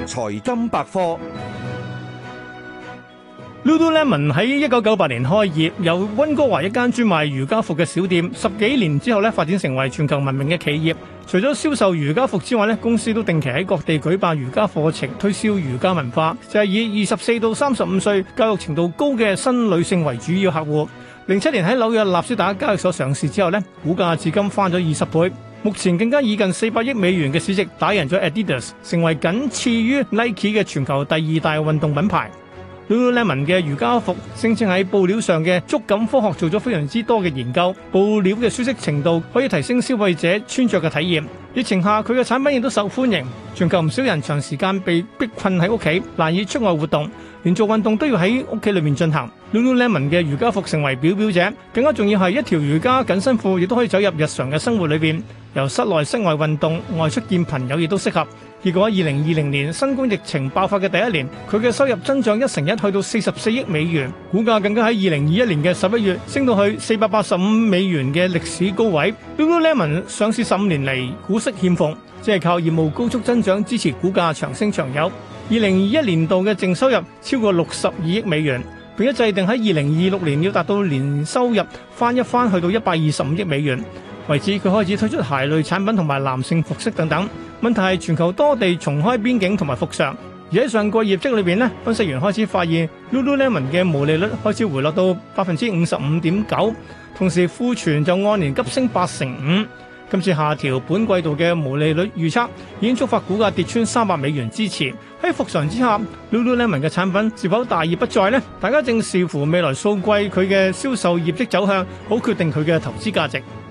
財金百科。 Lululemon 喺1998年開業，由溫哥華一間專賣瑜伽服嘅小店，10幾年之後發展成為全球聞名嘅企業。除咗銷售瑜伽服之外，公司都定期喺各地舉辦瑜伽課程，推銷瑜伽文化，就係以24到35歲教育程度高嘅新女性為主要客戶。07年喺紐約納斯達克交易所上市之後，股價至今翻咗20倍，目前更加以近400億美元嘅市值打贏咗 Adidas， 成為僅次於 Nike 嘅全球第2大運動品牌。Lululemon 嘅瑜伽服聲稱喺布料上嘅觸感科學做咗非常之多嘅研究，布料嘅舒適程度可以提升消費者穿着嘅體驗。疫情下佢嘅產品亦都受歡迎，全球唔少人長時間被逼困喺屋企，難以出外活動，連做運動都要喺屋企裏面進行。Lululemon 嘅瑜伽服成為表表者，更加重要係一條瑜伽緊身褲亦都可以走入日常嘅生活裏邊，由室內室外運動、外出見朋友亦都適合。結果2020年新冠疫情爆發嘅第一年，佢嘅收入增長1成1，去到44億美元，股價更加喺2021年嘅11月升到去485美元嘅歷史高位。Lululemon 上市15年嚟股息欠奉，只係靠業務高速增長支持股價長升長有。2021年度嘅淨收入超過62億美元，並且制定喺2026年要達到年收入翻一番去到125億美元。為止，佢開始推出鞋類產品同埋男性服飾等等。問題係全球多地重開邊境同埋復常，而喺上季業績裏邊分析員開始發現 Lululemon 嘅毛利率開始回落到 55.9%， 同時庫存就按年急升85%。今次下調本季度嘅毛利率預測，已經觸發股價跌穿300美元支持。喺復常之下 ，Lululemon 嘅產品是否大義不在呢？大家正視乎未來數季佢嘅銷售業績走向，好決定佢嘅投資價值。